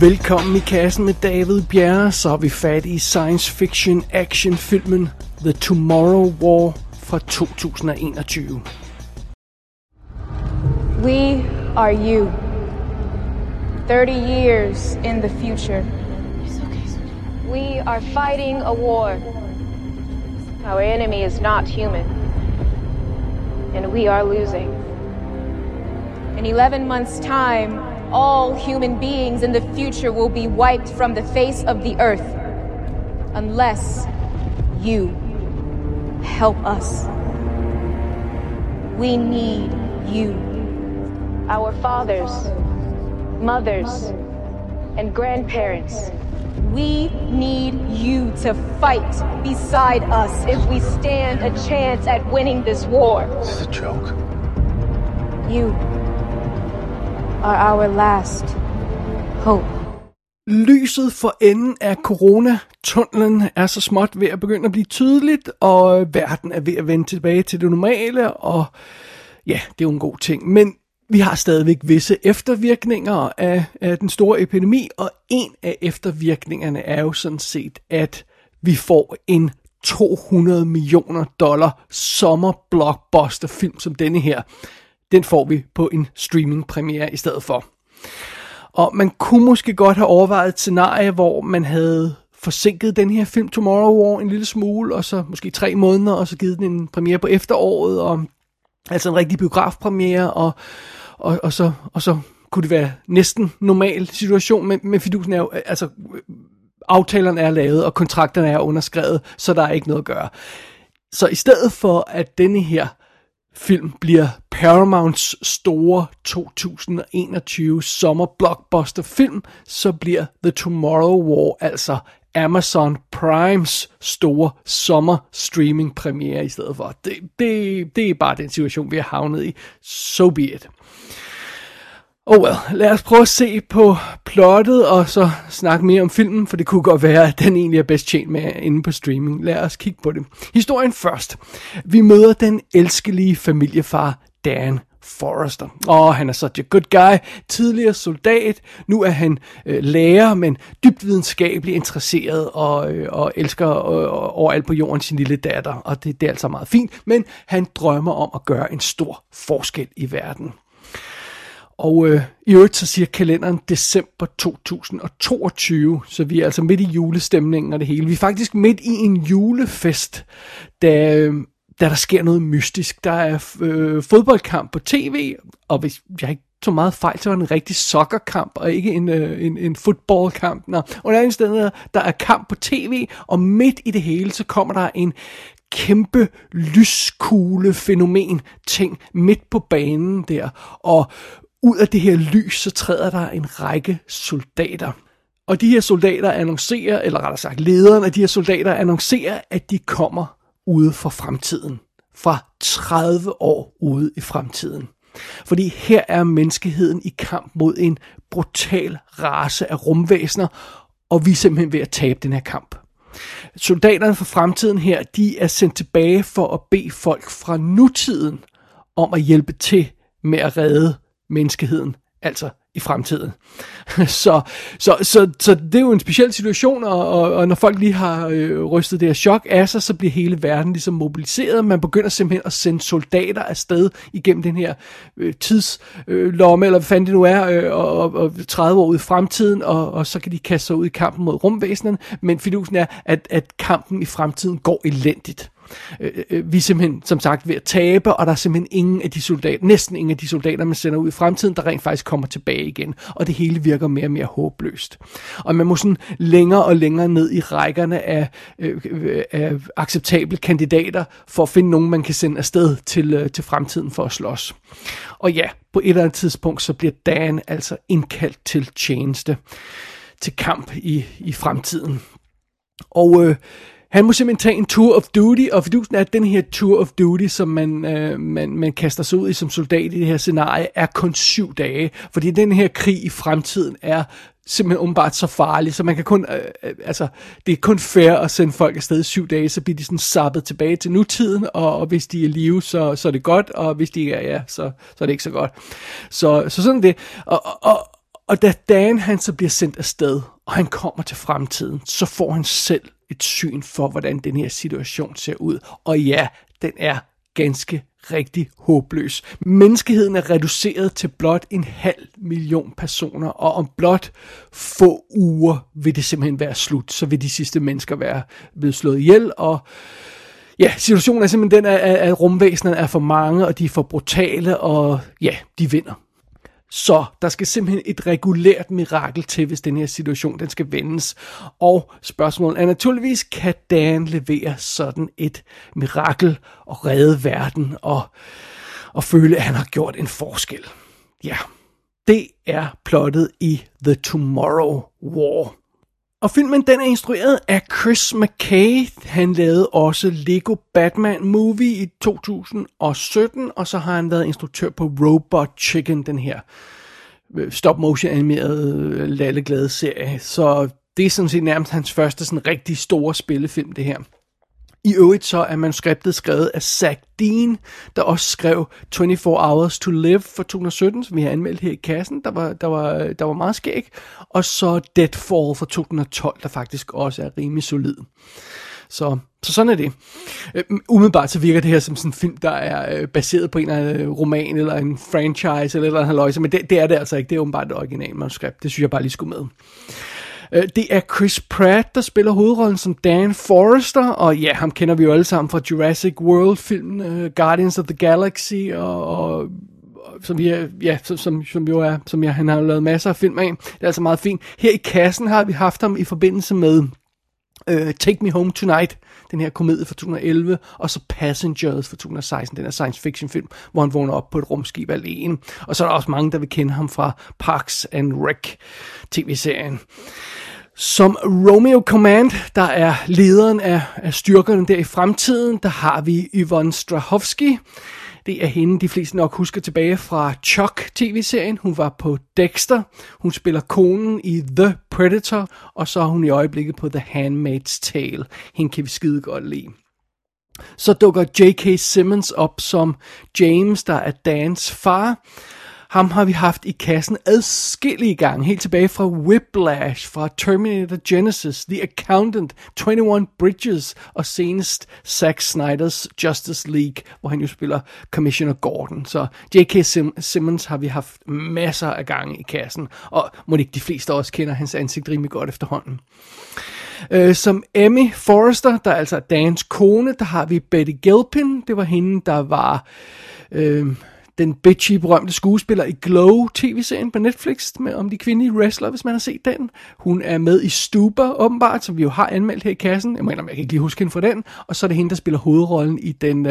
Velkommen i kassen med David Bjerre, så er vi fat i science fiction actionfilmen The Tomorrow War fra 2021. We are you. 30 years in the future. We are fighting a war. Our enemy is not human. And we are losing. In 11 months' time, all human beings in the future will be wiped from the face of the earth. Unless you help us. We need you. Our fathers, mothers, and grandparents. We need you to fight beside us if we stand a chance at winning this war. Is this a joke? You are our last hope. Lyset for enden af coronatunnelen er så småt ved at begynde at blive tydeligt, og verden er ved at vende tilbage til det normale, og ja, det er jo en god ting. Men vi har stadigvæk visse eftervirkninger af den store epidemi, og en af eftervirkningerne er jo sådan set, at vi får en $200 million sommer-blockbuster-film som denne her. Den får vi på en streaming-premiere i stedet for. Og man kunne måske godt have overvejet et scenarie, hvor man havde forsinket den her film Tomorrow War en lille smule, og så måske 3 måneder, og så givet den en premiere på efteråret, og altså en rigtig biografpremiere, og så kunne det være næsten normal situation, men fidusen er jo, altså aftalerne er lavet, og kontrakterne er underskrevet, så der er ikke noget at gøre. Så i stedet for, at denne her film bliver Paramounts store 2021 sommer blockbuster film, så bliver The Tomorrow War altså Amazon Primes store sommer streaming premiere i stedet for. Det er bare den situation, vi har havnet i. So be it. Lad os prøve at se på plottet, og så snakke mere om filmen, for det kunne godt være, at den egentlig er bedst tjent med inde på streaming. Lad os kigge på det. Historien først. Vi møder den elskelige familiefar Dan Forrester. Han er such a good guy, tidligere soldat, nu er han lærer, men dybt videnskabeligt interesseret og elsker overalt på jorden sin lille datter, og det er altså meget fint, men han drømmer om at gøre en stor forskel i verden. Og i øvrigt så siger kalenderen december 2022, så vi er altså midt i julestemningen og det hele. Vi er faktisk midt i en julefest, da der sker noget mystisk. Der er fodboldkamp på tv, og hvis jeg ikke tog meget fejl, så var det en rigtig soccerkamp, og ikke en fodboldkamp. Og der er en sted, der er kamp på tv, og midt i det hele, så kommer der en kæmpe lyskugle fænomen ting midt på banen der, og ud af det her lys, så træder der en række soldater. Og de her soldater annoncerer, eller rettere sagt lederen af de her soldater annoncerer, at de kommer ude fra fremtiden. Fra 30 år ude i fremtiden. Fordi her er menneskeheden i kamp mod en brutal race af rumvæsener, og vi er simpelthen ved at tabe den her kamp. Soldaterne fra fremtiden her, de er sendt tilbage for at bede folk fra nutiden om at hjælpe til med at redde menneskeheden, altså i fremtiden. Så det er jo en speciel situation, og når folk lige har rystet det her chok af sig, så bliver hele verden ligesom mobiliseret. Man begynder simpelthen at sende soldater afsted igennem den her tidslomme, eller hvad fanden det nu er, og 30 år ud i fremtiden, og så kan de kaste sig ud i kampen mod rumvæsenerne, men fidusen er, at kampen i fremtiden går elendigt. Vi er simpelthen, som sagt, ved at tabe, og der er simpelthen næsten ingen af de soldater, man sender ud i fremtiden, der rent faktisk kommer tilbage igen, og det hele virker mere og mere håbløst. Og man må sådan længere og længere ned i rækkerne af acceptable kandidater, for at finde nogen, man kan sende afsted til fremtiden for at slås. Og ja, på et eller andet tidspunkt, så bliver Dan altså indkaldt til tjeneste, til kamp i fremtiden. Og han må simpelthen tage en tour of duty, og fidusen er, at den her tour of duty, som man kaster sig ud i som soldat i det her scenarie, er kun 7 dage. Fordi den her krig i fremtiden er simpelthen umiddelbart så farlig, så man kan kun, det er kun fair at sende folk afsted i 7 dage, så bliver de sådan zappet tilbage til nutiden, og hvis de er i live, så er det godt, og hvis de ikke er, så er det ikke så godt. Så sådan det. Og da Dan han så bliver sendt afsted, og han kommer til fremtiden, så får han selv et syn for, hvordan den her situation ser ud. Og ja, den er ganske rigtig håbløs. Menneskeheden er reduceret til blot 500.000 personer, og om blot få uger vil det simpelthen være slut. Så vil de sidste mennesker være blevet slået ihjel, og ja, situationen er simpelthen den, at rumvæsenerne er for mange, og de er for brutale, og ja, de vinder. Så der skal simpelthen et regulært mirakel til, hvis den her situation den skal vendes. Og spørgsmålet er naturligvis, kan Dan levere sådan et mirakel og redde verden og føle, at han har gjort en forskel? Ja, det er plottet i The Tomorrow War. Og filmen den er instrueret af Chris McKay. Han lavede også Lego Batman Movie i 2017, og så har han været instruktør på Robot Chicken, den her stop-motion animerede lalleglade serie. Så det er sådan set nærmest hans første sådan rigtig store spillefilm, det her. I øvrigt så er manuskriptet skrevet af Zach Dean, der også skrev 24 Hours to Live for 2017, som vi har anmeldt her i kassen, der var meget skæg. Og så Deadfall for 2012, der faktisk også er rimelig solid. Så sådan er det. Umiddelbart så virker det her som sådan en film, der er baseret på en eller anden roman, eller en franchise, eller en haløjse, men det er det altså ikke. Det er åbenbart det originale manuskript. Det synes jeg bare lige skulle med. Det er Chris Pratt, der spiller hovedrollen som Dan Forrester, og ja, ham kender vi jo alle sammen fra Jurassic World-filmen, Guardians of the Galaxy, og som han har lavet masser af film af. Det er altså meget fint. Her i kassen har vi haft ham i forbindelse med Take Me Home Tonight, den her komedie fra 2011, og så Passengers fra 2016, den her science fiction film, hvor han vågner op på et rumskib alene. Og så er der også mange, der vil kende ham fra Parks and Rec tv-serien. Som Romeo Command, der er lederen af styrkerne der i fremtiden, der har vi Yvonne Strahovski. Det er hende, de fleste nok husker tilbage fra Chuck-tv-serien. Hun var på Dexter. Hun spiller konen i The Predator. Og så er hun i øjeblikket på The Handmaid's Tale. Hende kan vi skide godt lide. Så dukker J.K. Simmons op som James, der er Dans far. Ham har vi haft i kassen adskillige gange, helt tilbage fra Whiplash, fra Terminator Genesis, The Accountant, 21 Bridges og senest Zack Snyders Justice League, hvor han jo spiller Commissioner Gordon. Så J.K. Simmons har vi haft masser af gange i kassen, og må ikke de fleste også kender hans ansigt rimelig godt efterhånden. Som Emmy Forrester, der er altså Dans kone, der har vi Betty Gilpin. Det var hende, der var den bitchy berømte skuespiller i Glow tv-serien på Netflix om de kvindelige wrestlere, hvis man har set den. Hun er med i Stuber, åbenbart, som vi jo har anmeldt her i kassen. Jeg kan ikke lige huske hende fra den. Og så er det hende, der spiller hovedrollen i den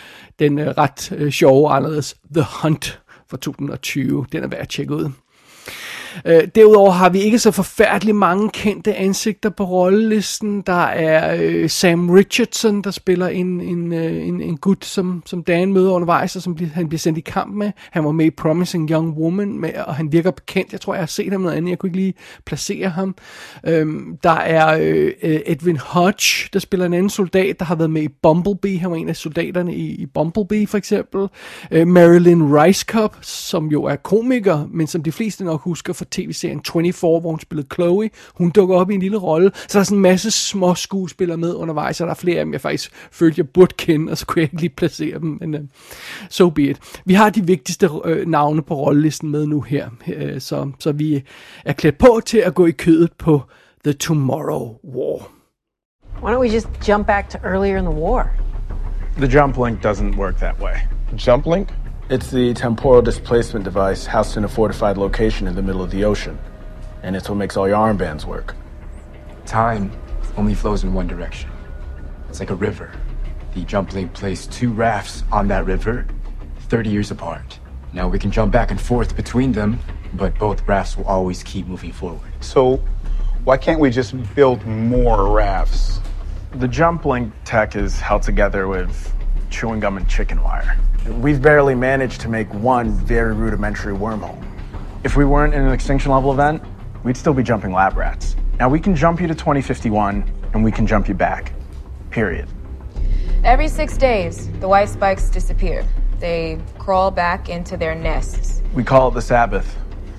ret sjove anderledes The Hunt fra 2020. Den er værd at tjekke ud. Derudover har vi ikke så forfærdeligt mange kendte ansigter på rollelisten. Der er Sam Richardson, der spiller en gut, som Dan møder undervejs, og som han bliver sendt i kamp med. Han var med i Promising Young Woman, og han virker bekendt. Jeg tror, jeg har set ham noget andet. Jeg kunne ikke lige placere ham. Der er Edwin Hodge, der spiller en anden soldat, der har været med i Bumblebee. Han var en af soldaterne i Bumblebee, for eksempel. Marilyn Rice-Cup, som jo er komiker, men som de fleste nok husker fra tv-serien 24, hvor hun spillede Chloe. Hun dukker op i en lille rolle. Så der er sådan en masse små skuespillere med undervejs, og der er flere af dem, jeg faktisk følte, jeg burde kende, og så kunne jeg ikke lige placere dem, men so be it. Vi har de vigtigste navne på rollelisten med nu her, så vi er klædt på til at gå i kødet på The Tomorrow War. Why don't we just jump back to earlier in the war? The jump link doesn't work that way. Jump link? It's the temporal displacement device housed in a fortified location in the middle of the ocean. And it's what makes all your armbands work. Time only flows in one direction. It's like a river. The jump link placed 2 rafts on that river, 30 years apart. Now we can jump back and forth between them, but both rafts will always keep moving forward. So, why can't we just build more rafts? The jump link tech is held together with chewing gum and chicken wire. We've barely managed to make one very rudimentary wormhole. If we weren't in an extinction level event, we'd still be jumping lab rats. Now we can jump you to 2051, and we can jump you back. Period. Every 6 days, the white spikes disappear. They crawl back into their nests. We call it the Sabbath.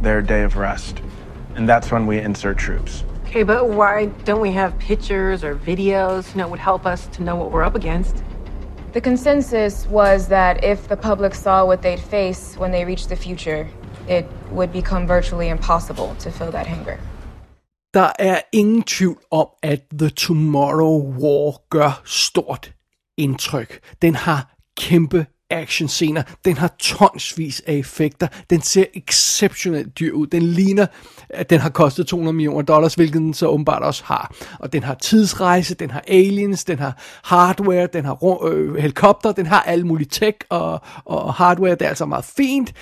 their day of rest. And that's when we insert troops. Okay, but why don't we have pictures or videos, would help us to know what we're up against? The consensus was that if the public saw what they'd face when they reached the future, it would become virtually impossible to fill that hunger. Der er ingen tvivl om, at The Tomorrow War gør stort indtryk. Den har kæmpe actionscener, den har tonsvis af effekter, den ser exceptionelt dyr ud, den ligner, at den har kostet $200 million, hvilket den så åbenbart også har. Og den har tidsrejse, den har aliens, den har hardware, den har helikopter, den har alle mulige tech og hardware, det er altså meget fint.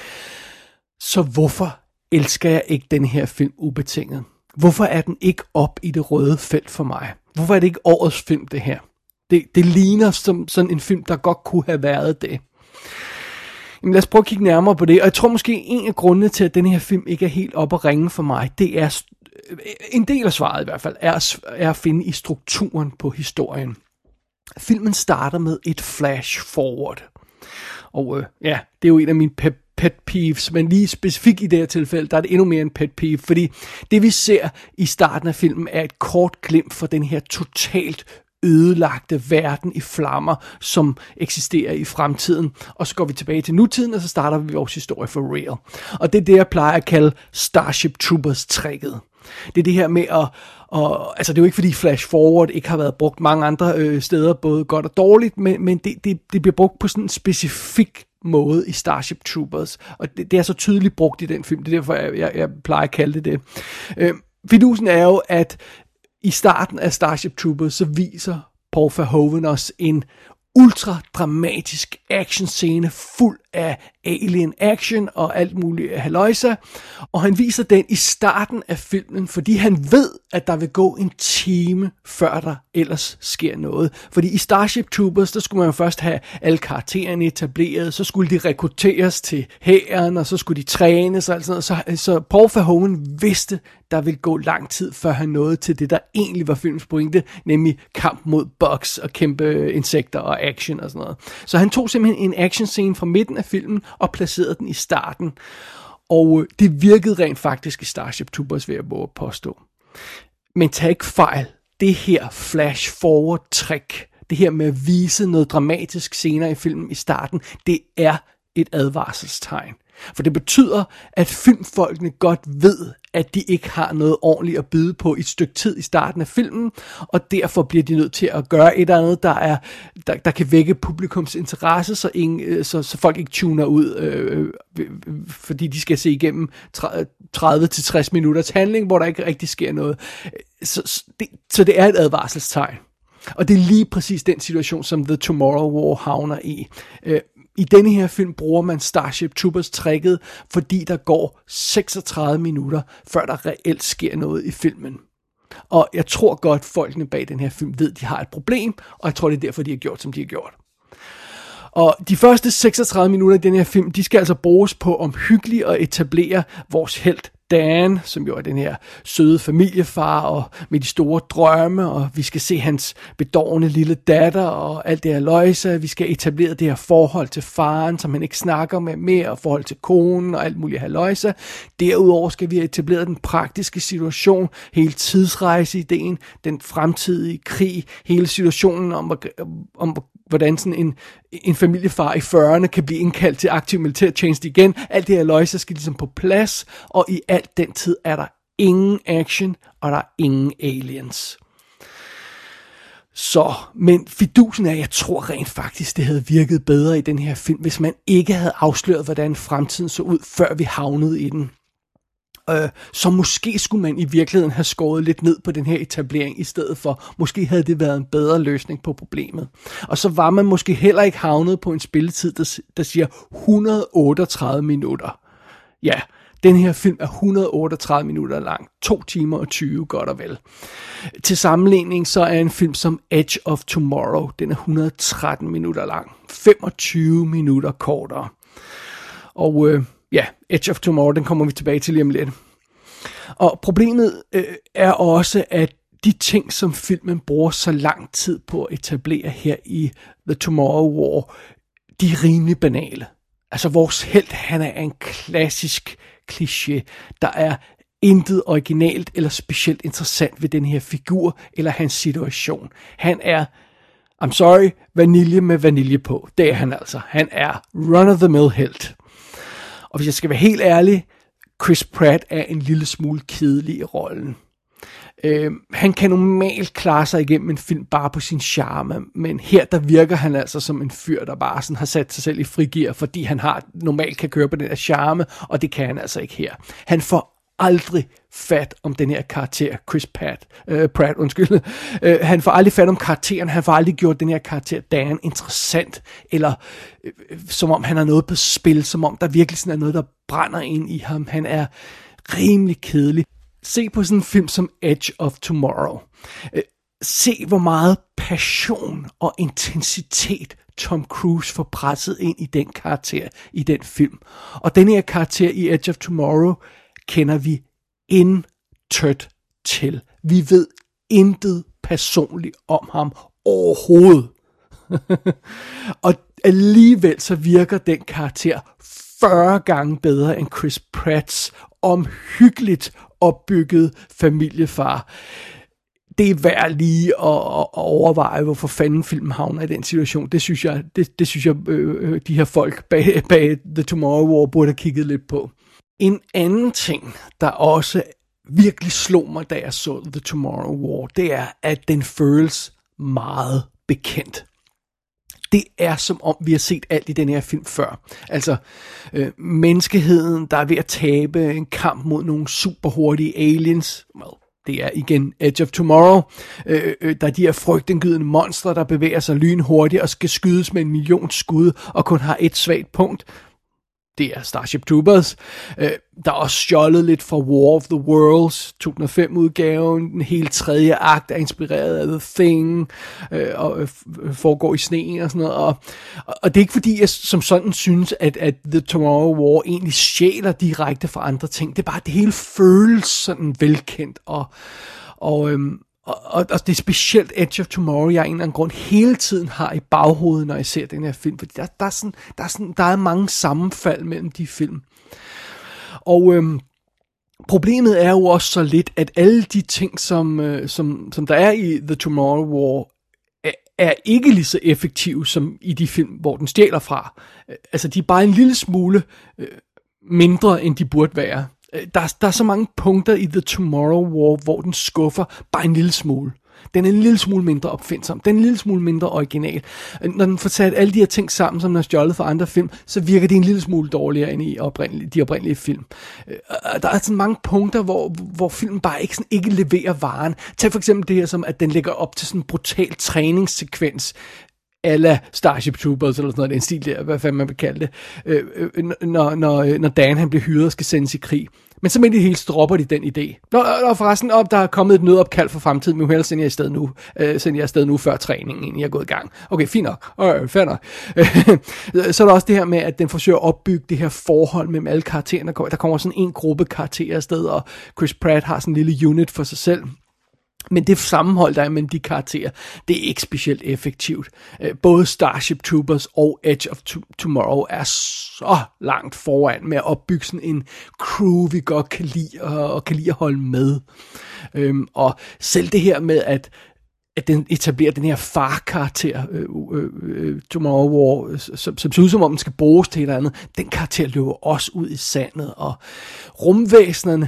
Så hvorfor elsker jeg ikke den her film ubetinget? Hvorfor er den ikke op i det røde felt for mig? Hvorfor er det ikke årets film, det her? Det ligner som sådan en film, der godt kunne have været det. Jamen, lad os prøve at kigge nærmere på det. Og jeg tror måske, en af grundene til, at den her film ikke er helt op at ringe for mig, det er, en del af svaret i hvert fald, er at finde i strukturen på historien. Filmen starter med et flash forward. Og det er jo en af mine pet peeves, men lige specifikt i det her tilfælde, der er det endnu mere en pet peeve, fordi det vi ser i starten af filmen er et kort glimt for den her totalt ødelagte verden i flammer, som eksisterer i fremtiden. Og så går vi tilbage til nutiden, og så starter vi vores historie for real. Og det er det, jeg plejer at kalde Starship Troopers-tricket. Det er det her med altså det er jo ikke fordi Flash Forward ikke har været brugt mange andre steder, både godt og dårligt, men det bliver brugt på sådan en specifik måde i Starship Troopers, og det er så tydeligt brugt i den film, det er derfor jeg plejer at kalde det. Fidusen er jo, at i starten af Starship Troopers, så viser Paul Verhoeven os en ultra dramatisk actionscene fuld af alien action og alt muligt halløjsa, og han viser den i starten af filmen, fordi han ved, at der vil gå en time, før der ellers sker noget. Fordi i Starship Troopers, der skulle man jo først have alle karaktererne etableret, så skulle de rekrutteres til hæren, og så skulle de trænes og alt sådan noget. Så Paul Verhoeven vidste, der ville gå lang tid, før han nåede til det, der egentlig var filmens pointe, nemlig kamp mod bugs og kæmpe insekter og action og sådan noget. Så han tog simpelthen en actionscene fra midten af filmen og placerede den i starten. Og det virkede rent faktisk i Starship Troopers, ved at våge at påstå. Men tag ikke fejl. Det her flash forward trick, det her med at vise noget dramatisk senere i filmen i starten, det er et advarselstegn. For det betyder, at filmfolkene godt ved, at de ikke har noget ordentligt at byde på i et stykke tid i starten af filmen, og derfor bliver de nødt til at gøre et eller andet, der kan vække publikums interesse, så folk ikke tuner ud, fordi de skal se igennem 30-60 minutters handling, hvor der ikke rigtig sker noget. Så det er et advarselstegn. Og det er lige præcis den situation, som The Tomorrow War havner i. I denne her film bruger man Starship Troopers-tricket, fordi der går 36 minutter, før der reelt sker noget i filmen. Og jeg tror godt, folkene bag den her film ved, at de har et problem, og jeg tror, det er derfor, de har gjort, som de har gjort. Og de første 36 minutter i den her film, de skal altså bruges på omhyggeligt at etablere vores helt Dan, som jo er den her søde familiefar og med de store drømme, og vi skal se hans bedårende lille datter og alt det her løjse. Vi skal etablere det her forhold til faren, som han ikke snakker med mere, og forhold til konen og alt muligt halløjse. Derudover skal vi have etableret den praktiske situation, hele tidsrejseideen, den fremtidige krig, hele situationen om hvordan sådan en familiefar i 40'erne kan blive indkaldt til aktiv militærtjeneste igen. Alt det her løjse skal ligesom på plads, og i alt den tid er der ingen action, og der er ingen aliens. Så, men fidusen er, jeg tror rent faktisk, det havde virket bedre i den her film, hvis man ikke havde afsløret, hvordan fremtiden så ud, før vi havnede i den. Så måske skulle man i virkeligheden have skåret lidt ned på den her etablering i stedet for. Måske havde det været en bedre løsning på problemet. Og så var man måske heller ikke havnet på en spilletid, der siger 138 minutter. Ja, den her film er 138 minutter lang. 2 timer og 20, godt og vel. Til sammenligning så er en film som Edge of Tomorrow, den er 113 minutter lang. 25 minutter kortere. Og Edge of Tomorrow, den kommer vi tilbage til lige om lidt. Og problemet er også, at de ting, som filmen bruger så lang tid på at etablere her i The Tomorrow War, de er rimelig banale. Altså vores helt, han er en klassisk kliché. Der er intet originalt eller specielt interessant ved den her figur eller hans situation. Han er, I'm sorry, vanilje med vanilje på. Det er han altså. Han er run-of-the-mill helt. Og hvis jeg skal være helt ærlig, Chris Pratt er en lille smule kedelig i rollen. Han kan normalt klare sig igennem en film bare på sin charme, men her der virker han altså som en fyr, der bare sådan har sat sig selv i frigear, fordi han normalt kan køre på den her charme, og det kan han altså ikke her. Han får aldrig fat om den her karakter, Chris Pratt. Han får aldrig fat om karakteren, han får aldrig gjort den her karakter Dan interessant, eller som om han har noget på spil, som om der virkelig sådan er noget, der brænder ind i ham. Han er rimelig kedelig. Se på sådan en film som Edge of Tomorrow. Se hvor meget passion og intensitet Tom Cruise får presset ind i den karakter i den film. Og den her karakter i Edge of Tomorrow kender vi intet til. Vi ved intet personligt om ham overhovedet. Og alligevel så virker den karakter 40 gange bedre end Chris Pratts omhyggeligt opbygget familiefar. Det er værd lige at overveje, hvorfor fanden filmen havner i den situation. Det synes jeg, de her folk bag The Tomorrow War burde have kigget lidt på. En anden ting, der også virkelig slog mig, da jeg så The Tomorrow War, det er, at den føles meget bekendt. Det er som om, vi har set alt i den her film før. Altså, menneskeheden, der er ved at tabe en kamp mod nogle superhurtige aliens. Well, det er igen Edge of Tomorrow. Der er de her frygtindgydende monstre, der bevæger sig lynhurtigt og skal skydes med 1 million skud og kun har et svagt punkt. Det er Starship Troopers. Der er også stjålet lidt fra War of the Worlds, 2005-udgaven. Den hele tredje akt er inspireret af The Thing, og foregår i sneen og sådan noget. Og det er ikke fordi, jeg som sådan synes, at The Tomorrow War egentlig stjæler direkte fra andre ting. Det er bare, det hele føles sådan velkendt, og det er specielt Edge of Tomorrow, jeg af en eller anden grund hele tiden har i baghovedet, når jeg ser den her film. Fordi der er mange sammenfald mellem de film. Og problemet er jo også så lidt, at alle de ting, som der er i The Tomorrow War, er ikke lige så effektive som i de film, hvor den stjæler fra. Altså, de er bare en lille smule mindre, end de burde være. Der er så mange punkter i The Tomorrow War, hvor den skuffer bare en lille smule. Den er en lille smule mindre opfindsom. Den er en lille smule mindre original. Når den får sat alle de her ting sammen, som den har stjålet fra andre film, så virker det en lille smule dårligere end i de oprindelige film. Der er sådan mange punkter, hvor filmen bare ikke leverer varen. Tag for eksempel det her, som at den lægger op til sådan en brutal træningssekvens, eller Starship Troopers, eller sådan noget, den stil der, hvad fanden man vil kalde det, når Dan han bliver hyret og skal sendes i krig. Men så midt i det hele dropper de den idé. Nå, forresten, der er kommet et nødopkald for fremtiden, men hellere sender jeg afsted nu før træningen, inden jeg er gået i gang. Okay, fint nok. Fair nok. Så er der også det her med, at den forsøger at opbygge det her forhold mellem alle karaktererne. Der kommer sådan en gruppe karakterer afsted, og Chris Pratt har sådan en lille unit for sig selv. Men det sammenhold, der er mellem de karakterer, det er ikke specielt effektivt. Både Starship Troopers og Edge of Tomorrow er så langt foran med at opbygge sådan en crew, vi godt kan lide og kan lide at holde med. Og selv det her med, at den etablerer den her far-karakter, Tomorrow War, som ser ud som om den skal bruges til et eller andet, den karakter løber også ud i sandet, og rumvæsenerne,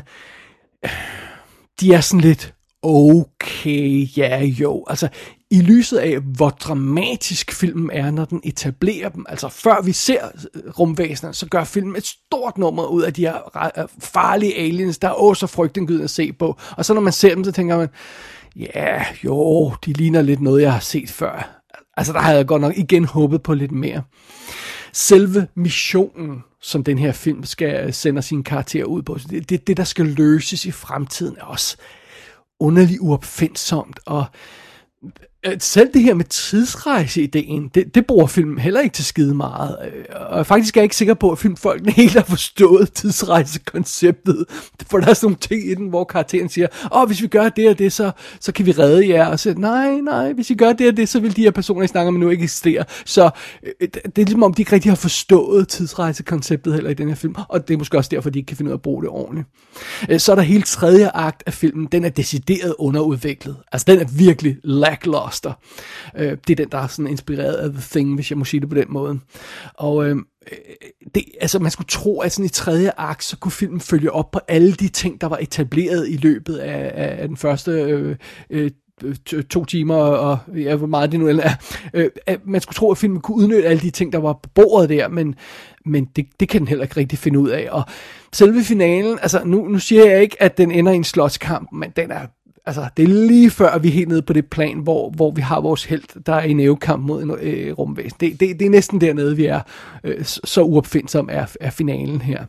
de er sådan lidt okay, ja jo, altså i lyset af, hvor dramatisk filmen er, når den etablerer dem, altså før vi ser rumvæsener, så gør filmen et stort nummer ud af de her farlige aliens, der er så frygtindgydende at se på, og så når man ser dem, så tænker man, ja, jo, de ligner lidt noget, jeg har set før. Altså der havde jeg godt nok igen håbet på lidt mere. Selve missionen, som den her film skal sende sine karakterer ud på, det der skal løses i fremtiden, er også underligt uopfindsomt, og selv det her med tidsrejseideen, det bruger filmen heller ikke til skide meget. Og faktisk er jeg ikke sikker på, at filmfolkene helt har forstået tidsrejsekonceptet. For der er sådan nogle ting i den, hvor karakteren siger, hvis vi gør det og det, så kan vi redde jer. Og så nej, hvis vi gør det og det, så vil de her personer, I snakker om, nu ikke eksistere. Så det er ligesom om, de ikke rigtig har forstået tidsrejsekonceptet heller i den her film. Og det er måske også derfor, de ikke kan finde ud af at bruge det ordentligt. Så er der hele tredje akt af filmen, den er decideret underudviklet. Altså den er virkelig lackluster. Det er den, der er sådan inspireret af The Thing, hvis jeg må sige det på den måde. Og man skulle tro, at sådan i tredje akt, så kunne filmen følge op på alle de ting, der var etableret i løbet af den første 2 timer, og hvor meget det nu er. Man skulle tro, at filmen kunne udnytte alle de ting, der var på bordet der, men det kan den heller ikke rigtig finde ud af. Og selve finalen, altså nu siger jeg ikke, at den ender i en slåskamp, men den er det er lige før, vi er helt nede på det plan, hvor vi har vores helt, der er i nævekamp mod en rumvæsen. Det er næsten dernede, vi er. Så uopfindsom er finalen her.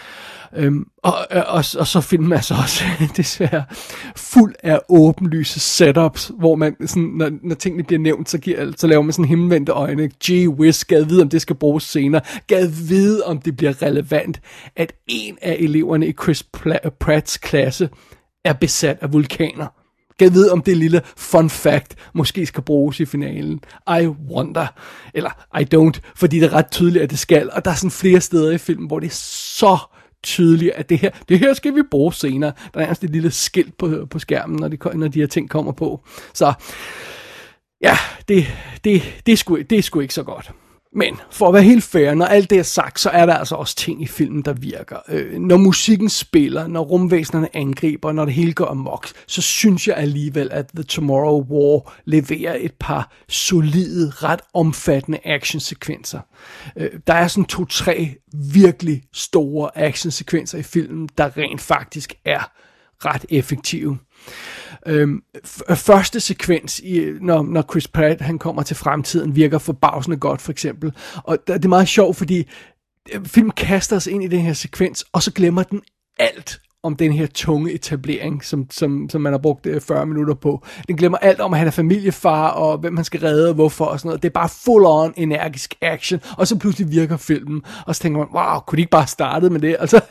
Og så filmen er så også desværre fuld af åbenlyse setups, hvor man sådan, når tingene bliver nævnt, så laver man sådan himmelvendte øjne. Gee whiz, gad vide, om det skal bruges senere. Gad vide, om det bliver relevant, at en af eleverne i Chris Pratts klasse er besat af vulkaner. Gad vide, om det lille fun fact måske skal bruges i finalen. I wonder. Eller I don't, fordi det er ret tydeligt, at det skal. Og der er sådan flere steder i filmen, hvor det er så tydeligt, at det her skal vi bruge senere. Der er nærmest et lille skilt på skærmen, når de her ting kommer på. Så ja, det er sgu ikke så godt. Men for at være helt fair, når alt det er sagt, så er der altså også ting i filmen, der virker. Når musikken spiller, når rumvæsenerne angriber, når det hele går amok, så synes jeg alligevel, at The Tomorrow War leverer et par solide, ret omfattende actionsekvenser. Der er sådan 2-3 virkelig store actionsekvenser i filmen, der rent faktisk er ret effektive. Første sekvens, når Chris Pratt han kommer til fremtiden, virker forbavsende godt, for eksempel. Og det er meget sjovt, fordi filmen kaster os ind i den her sekvens, og så glemmer den alt om den her tunge etablering, som man har brugt 40 minutter på. Den glemmer alt om, at han er familiefar, og hvem han skal redde, og hvorfor, og sådan noget. Det er bare full-on energisk action, og så pludselig virker filmen, og så tænker man, wow, kunne de ikke bare starte med det? Altså,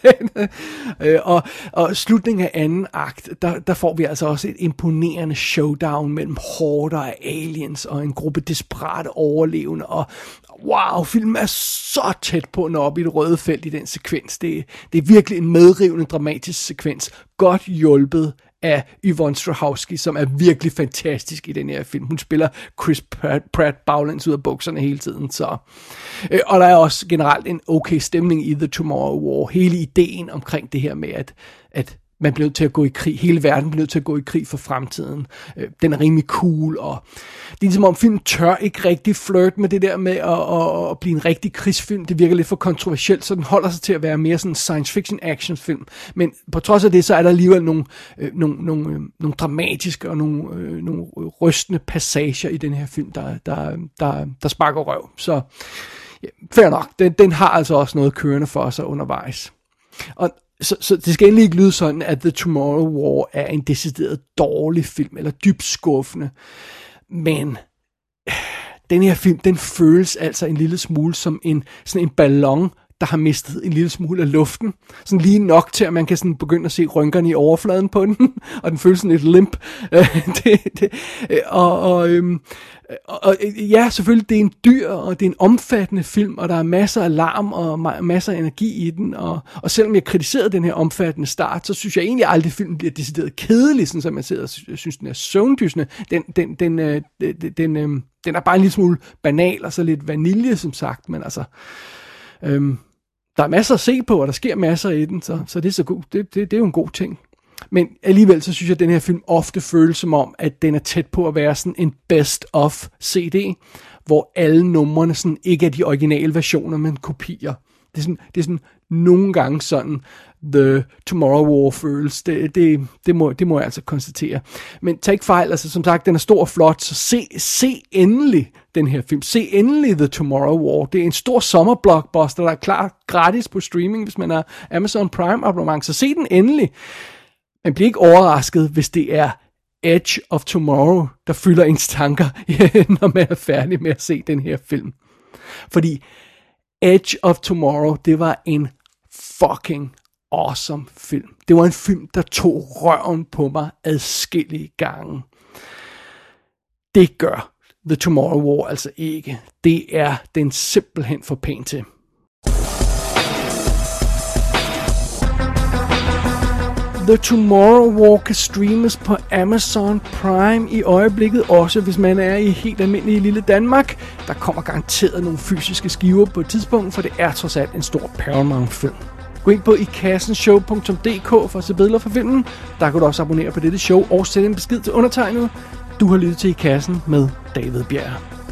og slutningen af anden akt, der får vi altså også et imponerende showdown mellem horder af aliens, og en gruppe desperate overlevende, og wow, filmen er så tæt på at nå op i det røde felt i den sekvens. Det er virkelig en medrivende, dramatisk sekvens. Godt hjulpet af Yvonne Strahovski, som er virkelig fantastisk i den her film. Hun spiller Chris Pratt baglæns ud af bukserne hele tiden. Så. Og der er også generelt en okay stemning i The Tomorrow War. Hele ideen omkring det her med, at man bliver nødt til at gå i krig. Hele verden bliver nødt til at gå i krig for fremtiden. Den er rimelig cool, og det er ligesom om filmen tør ikke rigtig flirt med det der med at blive en rigtig krigsfilm. Det virker lidt for kontroversielt, så den holder sig til at være mere sådan en science fiction actionfilm. Men på trods af det, så er der alligevel nogle dramatiske og nogle rystende passager i den her film, der sparker røv. Så ja, fair nok. Den har altså også noget kørende for sig undervejs. Så det skal endelig ikke lyde sådan, at The Tomorrow War er en decideret dårlig film, eller dybt skuffende. Men den her film, den føles altså en lille smule som sådan en ballon, der har mistet en lille smule af luften. Sådan lige nok til, at man kan sådan begynde at se rynkerne i overfladen på den, og den føles sådan lidt limp. Og ja, selvfølgelig, det er en dyr, og det er en omfattende film, og der er masser af larm og masser af energi i den, og selvom jeg kritiserede den her omfattende start, så synes jeg egentlig aldrig, at filmen bliver decideret kedelig, sådan som man sidder og synes, den er søvndysende. Den er bare en lille smule banal, og så lidt vanilje, som sagt, men altså... der er masser at se på, og der sker masser i den, så det er så god. Det er jo en god ting. Men alligevel så synes jeg, at den her film ofte føles som om, at den er tæt på at være sådan en best-of CD, hvor alle numrene sådan ikke er de originale versioner, men kopier. Det er sådan nogle gange sådan, The Tomorrow War føles. Det må jeg altså konstatere. Men tag ikke fejl, altså som sagt, den er stor og flot, så se endelig den her film. Se endelig The Tomorrow War. Det er en stor sommerblockbuster, der er klar gratis på streaming, hvis man har Amazon Prime abonnement, så se den endelig. Man bliver ikke overrasket, hvis det er Edge of Tomorrow, der fylder ens tanker, når man er færdig med at se den her film. Fordi Edge of Tomorrow, det var en fucking awesome film. Det var en film, der tog røven på mig adskillige gange. Det gør The Tomorrow War altså ikke. Det er den simpelthen for pæn til. The Tomorrow War kan streames på Amazon Prime i øjeblikket, også hvis man er i helt almindelig lille Danmark. Der kommer garanteret nogle fysiske skiver på et tidspunkt, for det er trods alt en stor Paramount-film. Gå ind på ikassenshow.dk for at se billeder fra filmen. Der kan du også abonnere på dette show og sende en besked til undertegnet. Du har lyttet til I Kassen med David Bjerg.